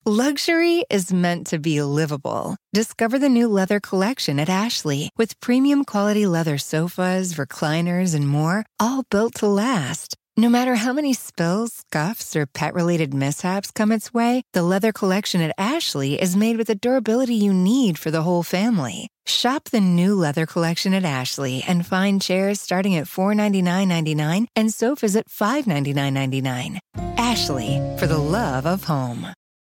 Luxury is meant to be livable. Discover the new leather collection at Ashley with premium quality leather sofas, recliners, and more, all built to last. No matter how many spills, scuffs, or pet-related mishaps come its way, the leather collection at Ashley is made with the durability you need for the whole family. Shop the new leather collection at Ashley and find chairs starting at $499.99 and sofas at $599.99. Ashley, for the love of home.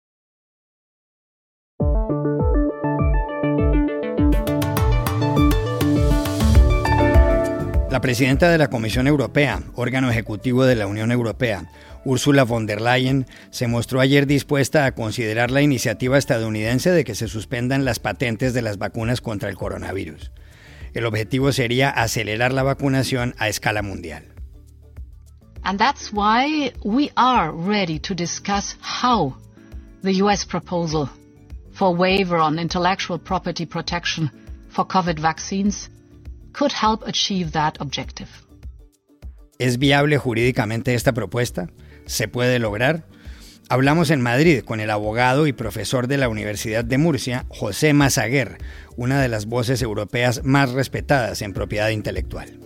La presidenta de la Comisión Europea, órgano ejecutivo de la Unión Europea, Ursula von der Leyen, se mostró ayer dispuesta a considerar la iniciativa estadounidense de que se suspendan las patentes de las vacunas contra el coronavirus. El objetivo sería acelerar la vacunación a escala mundial. And that's why we are ready to discuss how the US proposal for waiver on intellectual property protection for COVID vaccines could help achieve that objective. ¿Es viable jurídicamente esta propuesta? ¿Se puede lograr? Hablamos en Madrid con el abogado y profesor de la Universidad de Murcia, José Massaguer, una de las voces europeas más respetadas en propiedad intelectual.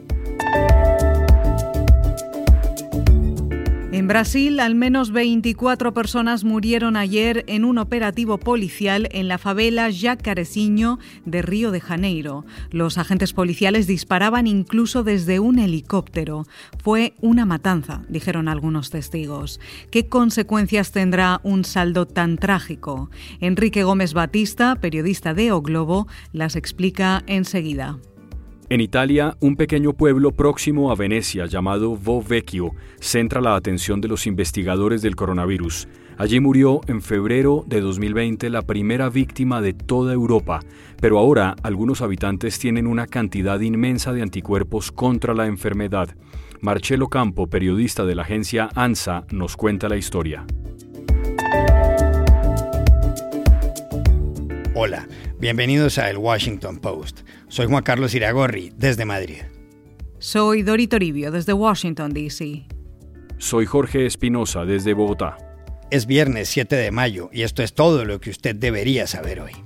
En Brasil, al menos 24 personas murieron ayer en un operativo policial en la favela Jacarezinho de Río de Janeiro. Los agentes policiales disparaban incluso desde un helicóptero. Fue una matanza, dijeron algunos testigos. ¿Qué consecuencias tendrá un saldo tan trágico? Enrique Gómez Batista, periodista de O Globo, las explica enseguida. En Italia, un pequeño pueblo próximo a Venecia llamado Vo Vecchio centra la atención de los investigadores del coronavirus. Allí murió en febrero de 2020 la primera víctima de toda Europa, pero ahora algunos habitantes tienen una cantidad inmensa de anticuerpos contra la enfermedad. Marcello Campo, periodista de la agencia ANSA, nos cuenta la historia. Hola, bienvenidos a El Washington Post. Soy Juan Carlos Iragorri, desde Madrid. Soy Dori Toribio, desde Washington, D.C. Soy Jorge Espinosa, desde Bogotá. Es viernes 7 de mayo y esto es todo lo que usted debería saber hoy.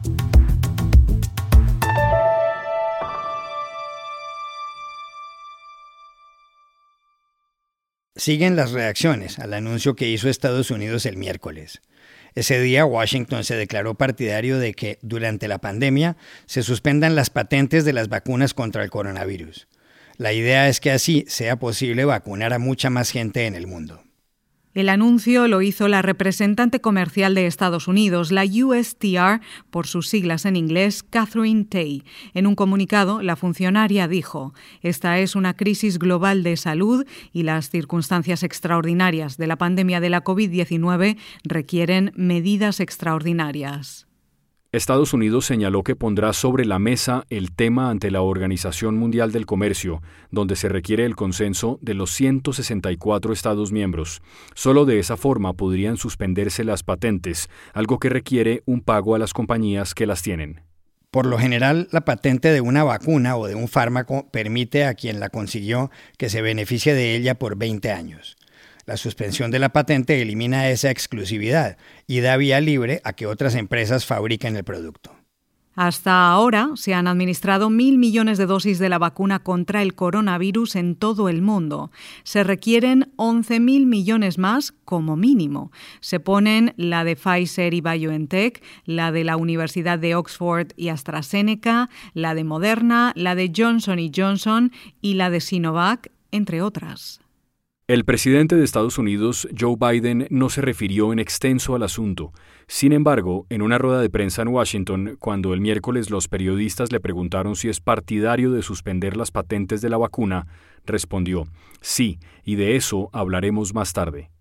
Siguen las reacciones al anuncio que hizo Estados Unidos el miércoles. Ese día, Washington se declaró partidario de que, durante la pandemia, se suspendan las patentes de las vacunas contra el coronavirus. La idea es que así sea posible vacunar a mucha más gente en el mundo. El anuncio lo hizo la representante comercial de Estados Unidos, la USTR, por sus siglas en inglés, Katherine Tai. En un comunicado, la funcionaria dijo: «Esta es una crisis global de salud y las circunstancias extraordinarias de la pandemia de la COVID-19 requieren medidas extraordinarias». Estados Unidos señaló que pondrá sobre la mesa el tema ante la Organización Mundial del Comercio, donde se requiere el consenso de los 164 Estados miembros. Solo de esa forma podrían suspenderse las patentes, algo que requiere un pago a las compañías que las tienen. Por lo general, la patente de una vacuna o de un fármaco permite a quien la consiguió que se beneficie de ella por 20 años. La suspensión de la patente elimina esa exclusividad y da vía libre a que otras empresas fabriquen el producto. Hasta ahora se han administrado 1.000 millones de dosis de la vacuna contra el coronavirus en todo el mundo. Se requieren 11.000 millones más como mínimo. Se ponen la de Pfizer y BioNTech, la de la Universidad de Oxford y AstraZeneca, la de Moderna, la de Johnson & Johnson y la de Sinovac, entre otras. El presidente de Estados Unidos, Joe Biden, no se refirió en extenso al asunto. Sin embargo, en una rueda de prensa en Washington, cuando el miércoles los periodistas le preguntaron si es partidario de suspender las patentes de la vacuna, respondió: «Sí, y de eso hablaremos más tarde».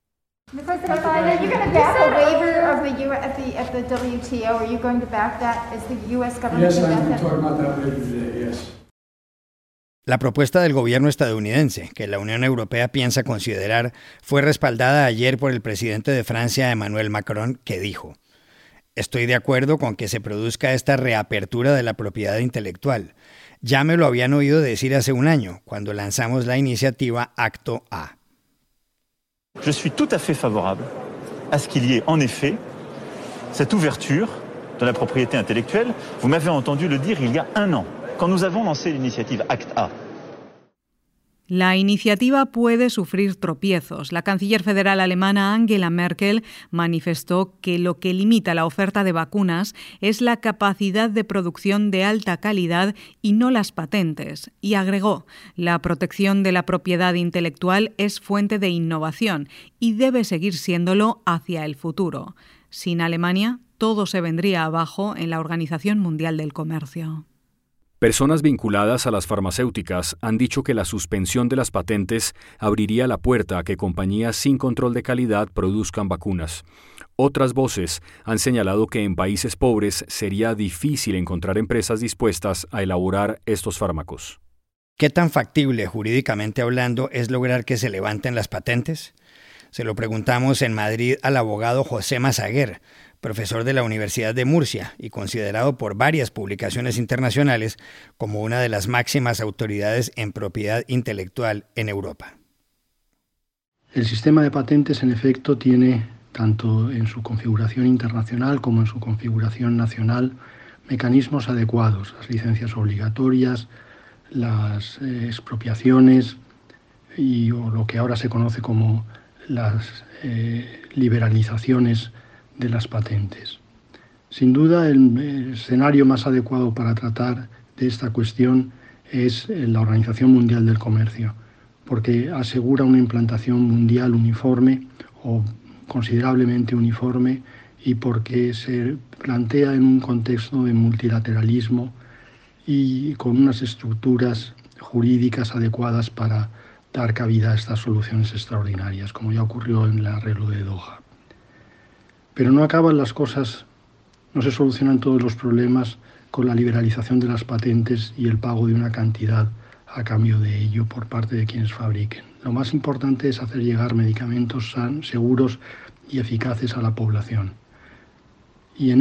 Mr. President, are you going to back a waiver of the WTO? Are you going to back that? Is the U.S. government going to back that? Yes, I'm talking about that later today, yes. La propuesta del gobierno estadounidense, que la Unión Europea piensa considerar, fue respaldada ayer por el presidente de Francia, Emmanuel Macron, que dijo: «Estoy de acuerdo con que se produzca esta reapertura de la propiedad intelectual. Ya me lo habían oído decir hace un año, cuando lanzamos la iniciativa Acto A». Je suis tout à fait favorable à ce qu'il y ait en effet Cette ouverture de la propriété intellectuelle, vous m'avez entendu le dire il y a un an, quand nous avons lancé l'initiative Acte A. La iniciativa puede sufrir tropiezos. La canciller federal alemana Angela Merkel manifestó que lo que limita la oferta de vacunas es la capacidad de producción de alta calidad y no las patentes. Y agregó, la protección de la propiedad intelectual es fuente de innovación y debe seguir siéndolo hacia el futuro. Sin Alemania, todo se vendría abajo en la Organización Mundial del Comercio. Personas vinculadas a las farmacéuticas han dicho que la suspensión de las patentes abriría la puerta a que compañías sin control de calidad produzcan vacunas. Otras voces han señalado que en países pobres sería difícil encontrar empresas dispuestas a elaborar estos fármacos. ¿Qué tan factible, jurídicamente hablando, es lograr que se levanten las patentes? Se lo preguntamos en Madrid al abogado José Massaguer, profesor de la Universidad de Murcia y considerado por varias publicaciones internacionales como una de las máximas autoridades en propiedad intelectual en Europa. El sistema de patentes, en efecto, tiene, tanto en su configuración internacional como en su configuración nacional, mecanismos adecuados, las licencias obligatorias, las expropiaciones y lo que ahora se conoce como las liberalizaciones de las patentes. Sin duda, el escenario más adecuado para tratar de esta cuestión es la Organización Mundial del Comercio, porque asegura una implantación mundial uniforme o considerablemente uniforme y porque se plantea en un contexto de multilateralismo y con unas estructuras jurídicas adecuadas para dar cabida a estas soluciones extraordinarias, como ya ocurrió en el arreglo de Doha. Pero no acaban las cosas, no se solucionan todos los problemas con la liberalización de las patentes y el pago de una cantidad a cambio de ello por parte de quienes fabriquen. Lo más importante es hacer llegar medicamentos seguros y eficaces a la población. Y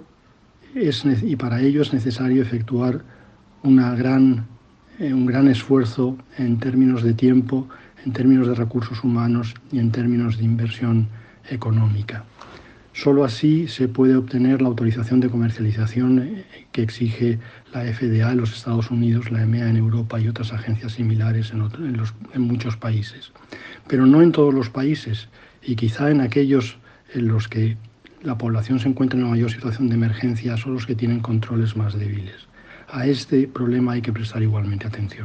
para ello es necesario efectuar un gran esfuerzo en términos de tiempo, en términos de recursos humanos y en términos de inversión económica. Solo así se puede obtener la autorización de comercialización que exige la FDA en los Estados Unidos, la EMEA en Europa y otras agencias similares en muchos países. Pero no en todos los países, y quizá en aquellos en los que la población se encuentra en una mayor situación de emergencia son los que tienen controles más débiles. A este problema hay que prestar igualmente atención.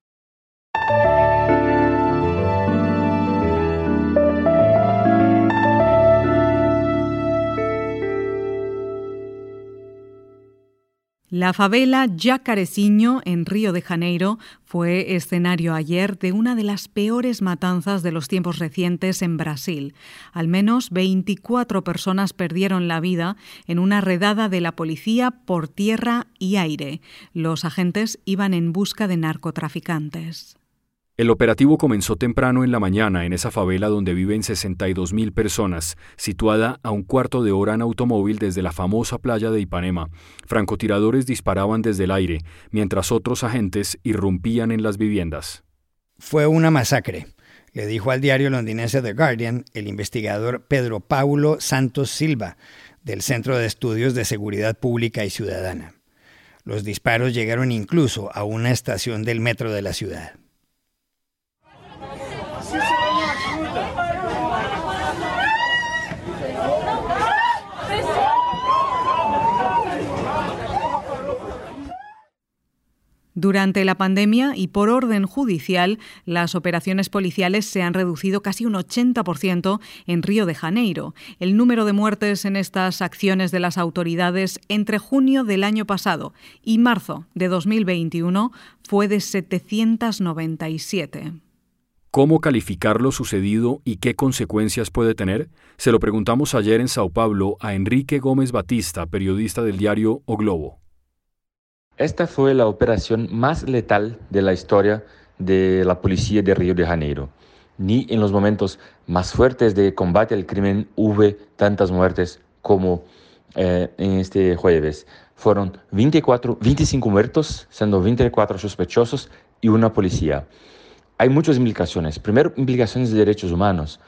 La favela Jacareciño, en Río de Janeiro, fue escenario ayer de una de las peores matanzas de los tiempos recientes en Brasil. Al menos 24 personas perdieron la vida en una redada de la policía por tierra y aire. Los agentes iban en busca de narcotraficantes. El operativo comenzó temprano en la mañana en esa favela donde viven 62.000 personas, situada a un cuarto de hora en automóvil desde la famosa playa de Ipanema. Francotiradores disparaban desde el aire, mientras otros agentes irrumpían en las viviendas. Fue una masacre, le dijo al diario londinense The Guardian el investigador Pedro Paulo Santos Silva, del Centro de Estudios de Seguridad Pública y Ciudadana. Los disparos llegaron incluso a una estación del metro de la ciudad. Durante la pandemia y por orden judicial, las operaciones policiales se han reducido casi un 80% en Río de Janeiro. El número de muertes en estas acciones de las autoridades entre junio del año pasado y marzo de 2021 fue de 797. ¿Cómo calificar lo sucedido y qué consecuencias puede tener? Se lo preguntamos ayer en Sao Paulo a Enrique Gómez Batista, periodista del diario O Globo. Esta fue la operación más letal de la historia de la policía de Río de Janeiro. Ni en los momentos más fuertes de combate al crimen hubo tantas muertes como en este jueves. Fueron 25 muertos, siendo 24 sospechosos y una policía. Hay muchas implicaciones. Primero, implicaciones de derechos humanos.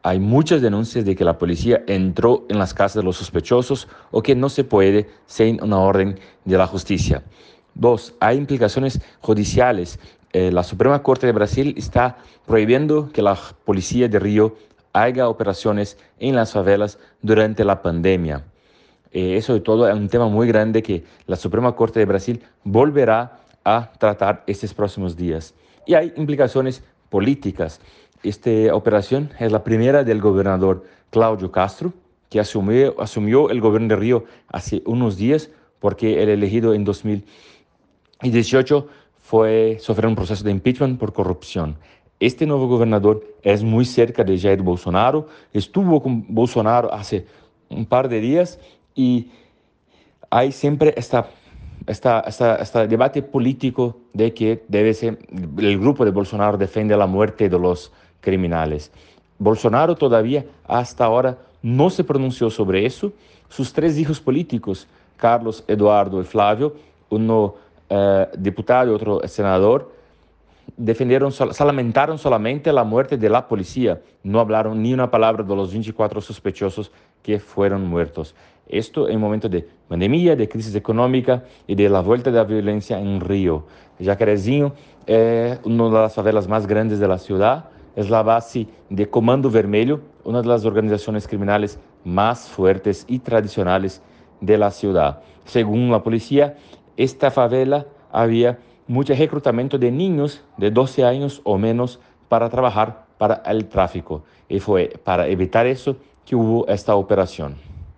Hay muchas denuncias de que la policía entró en las casas de los sospechosos o que no se puede sin una orden de la justicia. 2. Hay implicaciones judiciales. La Suprema Corte de Brasil está prohibiendo que la policía de Río haga operaciones en las favelas durante la pandemia. Eso de todo es un tema muy grande que la Suprema Corte de Brasil volverá a tratar estos próximos días. Y hay implicaciones políticas. Esta operación es la primera del gobernador Cláudio Castro, que asumió el gobierno de Río hace unos días porque el elegido en 2018 sufrió un proceso de impeachment por corrupción. Este nuevo gobernador es muy cerca de Jair Bolsonaro, estuvo con Bolsonaro hace un par de días y hay siempre este debate político de que el grupo de Bolsonaro defiende la muerte de los criminales. Bolsonaro todavía hasta ahora no se pronunció sobre eso. Sus 3 hijos políticos, Carlos, Eduardo y Flávio, uno diputado y otro senador, se lamentaron solamente la muerte de la policía. No hablaron ni una palabra de los 24 sospechosos que fueron muertos. Esto en momento de pandemia, de crisis económica y de la vuelta de la violencia en Río. Jacarezinho es una de las favelas más grandes de la ciudad. Es la base de Comando Vermelho, una de las organizaciones criminales más fuertes y tradicionales de la ciudad. Según la policía, esta favela había mucho reclutamiento de niños de 12 años o menos para trabajar para el tráfico. Y fue para evitar eso que hubo esta operación.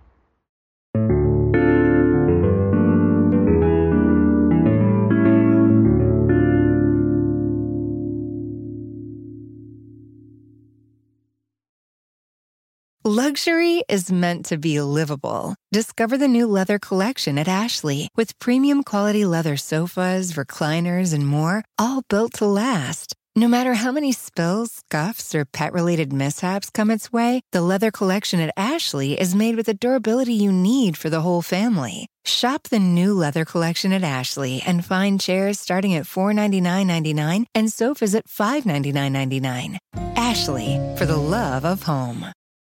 Luxury is meant to be livable. Discover the new leather collection at Ashley with premium quality leather sofas, recliners, and more, all built to last. No matter how many spills, scuffs, or pet-related mishaps come its way, the leather collection at Ashley is made with the durability you need for the whole family. Shop the new leather collection at Ashley and find chairs starting at $499.99 and sofas at $599.99. Ashley, for the love of home.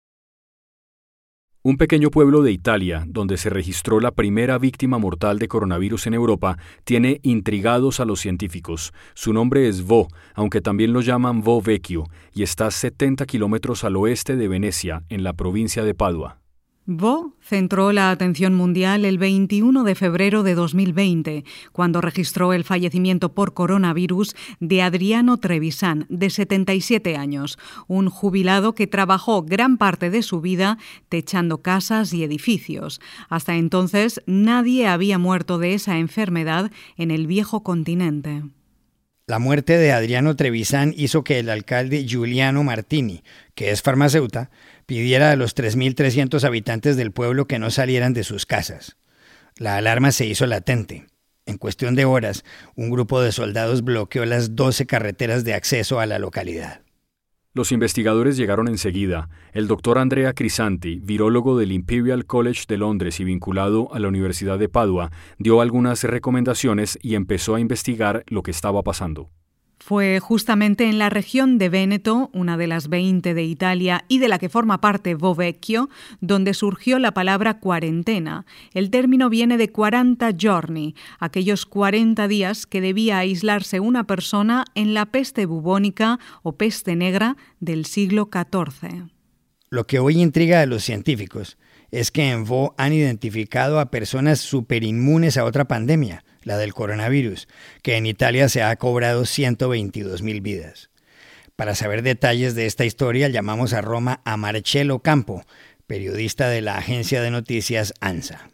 Un pequeño pueblo de Italia, donde se registró la primera víctima mortal de coronavirus en Europa, tiene intrigados a los científicos. Su nombre es Vo, aunque también lo llaman Vo Vecchio, y está a 70 kilómetros al oeste de Venecia, en la provincia de Padua. Vo centró la atención mundial el 21 de febrero de 2020, cuando registró el fallecimiento por coronavirus de Adriano Trevisan, de 77 años, un jubilado que trabajó gran parte de su vida techando casas y edificios. Hasta entonces, nadie había muerto de esa enfermedad en el viejo continente. La muerte de Adriano Trevisan hizo que el alcalde Giuliano Martini, que es farmacéutico, pidiera a los 3.300 habitantes del pueblo que no salieran de sus casas. La alarma se hizo latente. En cuestión de horas, un grupo de soldados bloqueó las 12 carreteras de acceso a la localidad. Los investigadores llegaron enseguida. El doctor Andrea Crisanti, virólogo del Imperial College de Londres y vinculado a la Universidad de Padua, dio algunas recomendaciones y empezó a investigar lo que estaba pasando. Fue justamente en la región de Véneto, una de las 20 de Italia y de la que forma parte Vo Vecchio, donde surgió la palabra cuarentena. El término viene de 40 giorni, aquellos 40 días que debía aislarse una persona en la peste bubónica o peste negra del siglo XIV. Lo que hoy intriga a los científicos es que en Vo han identificado a personas superinmunes a otra pandemia, la del coronavirus, que en Italia se ha cobrado 122.000 vidas. Para saber detalles de esta historia, llamamos a Roma a Marcello Campo, periodista de la agencia de noticias ANSA.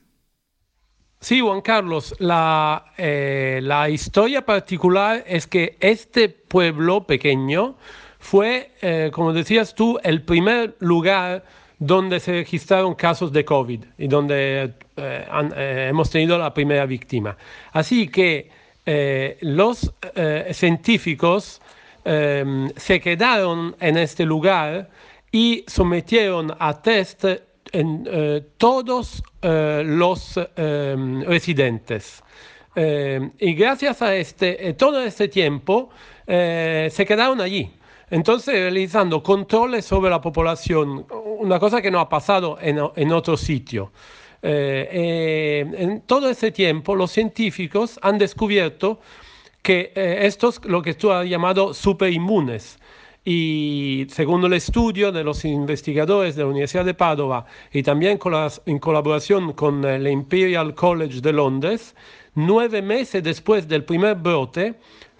Sí, Juan Carlos, la historia particular es que este pueblo pequeño fue, como decías tú, el primer lugar donde se registraron casos de COVID y donde hemos tenido la primera víctima. Así que los científicos se quedaron en este lugar y sometieron a test todos los residentes. Y gracias a todo este tiempo se quedaron allí. Entonces, realizando controles sobre la población, una cosa que no ha pasado en otro sitio. En todo ese tiempo, los científicos han descubierto que estos, lo que tú has llamado superinmunes, y según el estudio de los investigadores de la Universidad de Padova y también en colaboración con el Imperial College de Londres, 9 meses después del primer brote,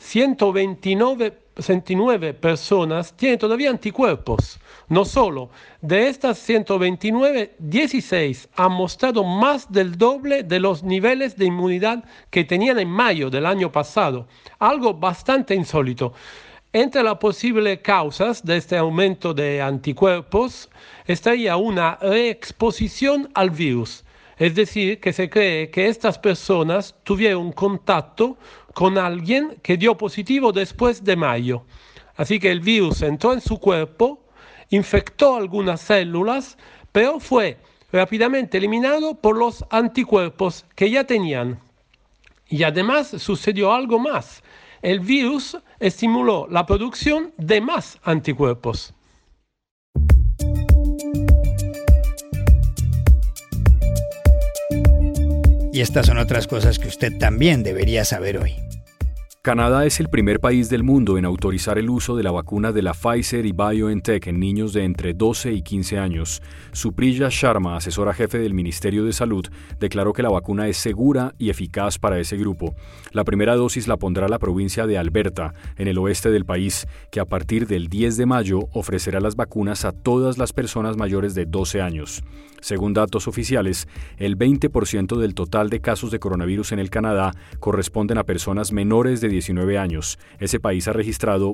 129 personas tienen todavía anticuerpos. No solo, de estas 129, 16 han mostrado más del doble de los niveles de inmunidad que tenían en mayo del año pasado, algo bastante insólito. Entre las posibles causas de este aumento de anticuerpos estaría una reexposición al virus, es decir, que se cree que estas personas tuvieron contacto con alguien que dio positivo después de mayo. Así que el virus entró en su cuerpo, infectó algunas células, pero fue rápidamente eliminado por los anticuerpos que ya tenían. Y además sucedió algo más. El virus estimuló la producción de más anticuerpos. Y estas son otras cosas que usted también debería saber hoy. Canadá es el primer país del mundo en autorizar el uso de la vacuna de la Pfizer y BioNTech en niños de entre 12 y 15 años. Supriya Sharma, asesora jefe del Ministerio de Salud, declaró que la vacuna es segura y eficaz para ese grupo. La primera dosis la pondrá la provincia de Alberta, en el oeste del país, que a partir del 10 de mayo ofrecerá las vacunas a todas las personas mayores de 12 años. Según datos oficiales, el 20% del total de casos de coronavirus en el Canadá corresponden a personas menores de 19 años. Ese país ha registrado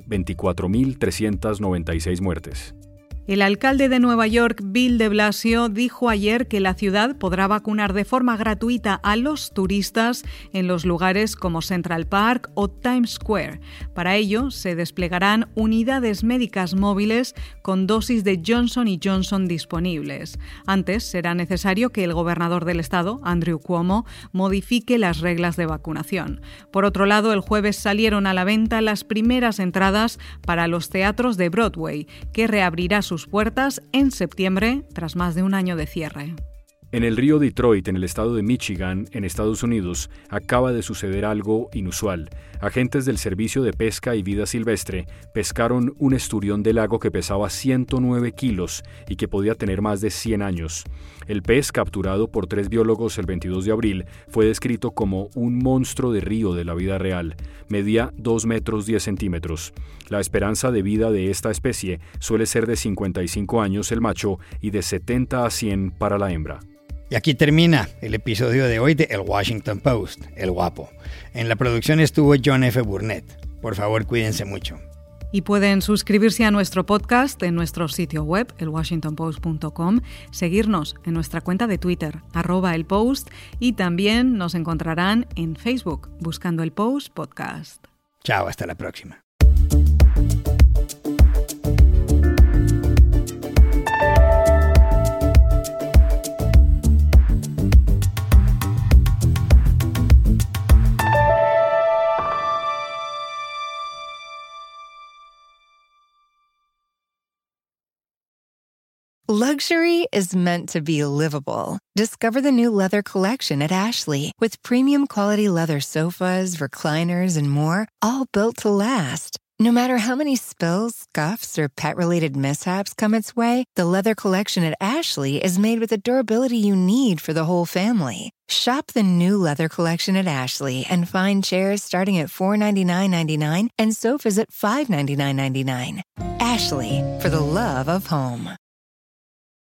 24.396 muertes. El alcalde de Nueva York, Bill de Blasio, dijo ayer que la ciudad podrá vacunar de forma gratuita a los turistas en los lugares como Central Park o Times Square. Para ello, se desplegarán unidades médicas móviles con dosis de Johnson & Johnson disponibles. Antes, será necesario que el gobernador del estado, Andrew Cuomo, modifique las reglas de vacunación. Por otro lado, el jueves salieron a la venta las primeras entradas para los teatros de Broadway, que reabrirá sus puertas en septiembre tras más de un año de cierre. En el río Detroit, en el estado de Michigan, en Estados Unidos, acaba de suceder algo inusual. Agentes del Servicio de Pesca y Vida Silvestre pescaron un esturión de lago que pesaba 109 kilos y que podía tener más de 100 años. El pez, capturado por 3 biólogos el 22 de abril, fue descrito como un monstruo de río de la vida real. Medía 2 metros 10 centímetros. La esperanza de vida de esta especie suele ser de 55 años el macho y de 70 a 100 para la hembra. Y aquí termina el episodio de hoy de El Washington Post, El Guapo. En la producción estuvo John F. Burnett. Por favor, cuídense mucho. Y pueden suscribirse a nuestro podcast en nuestro sitio web, elwashingtonpost.com, seguirnos en nuestra cuenta de Twitter, @elpost, y también nos encontrarán en Facebook, buscando El Post Podcast. Chao, hasta la próxima. Luxury is meant to be livable. Discover the new leather collection at Ashley with premium quality leather sofas, recliners, and more, all built to last. No matter how many spills, scuffs, or pet-related mishaps come its way, the leather collection at Ashley is made with the durability you need for the whole family. Shop the new leather collection at Ashley and find chairs starting at $499.99 and sofas at $599.99. Ashley, for the love of home.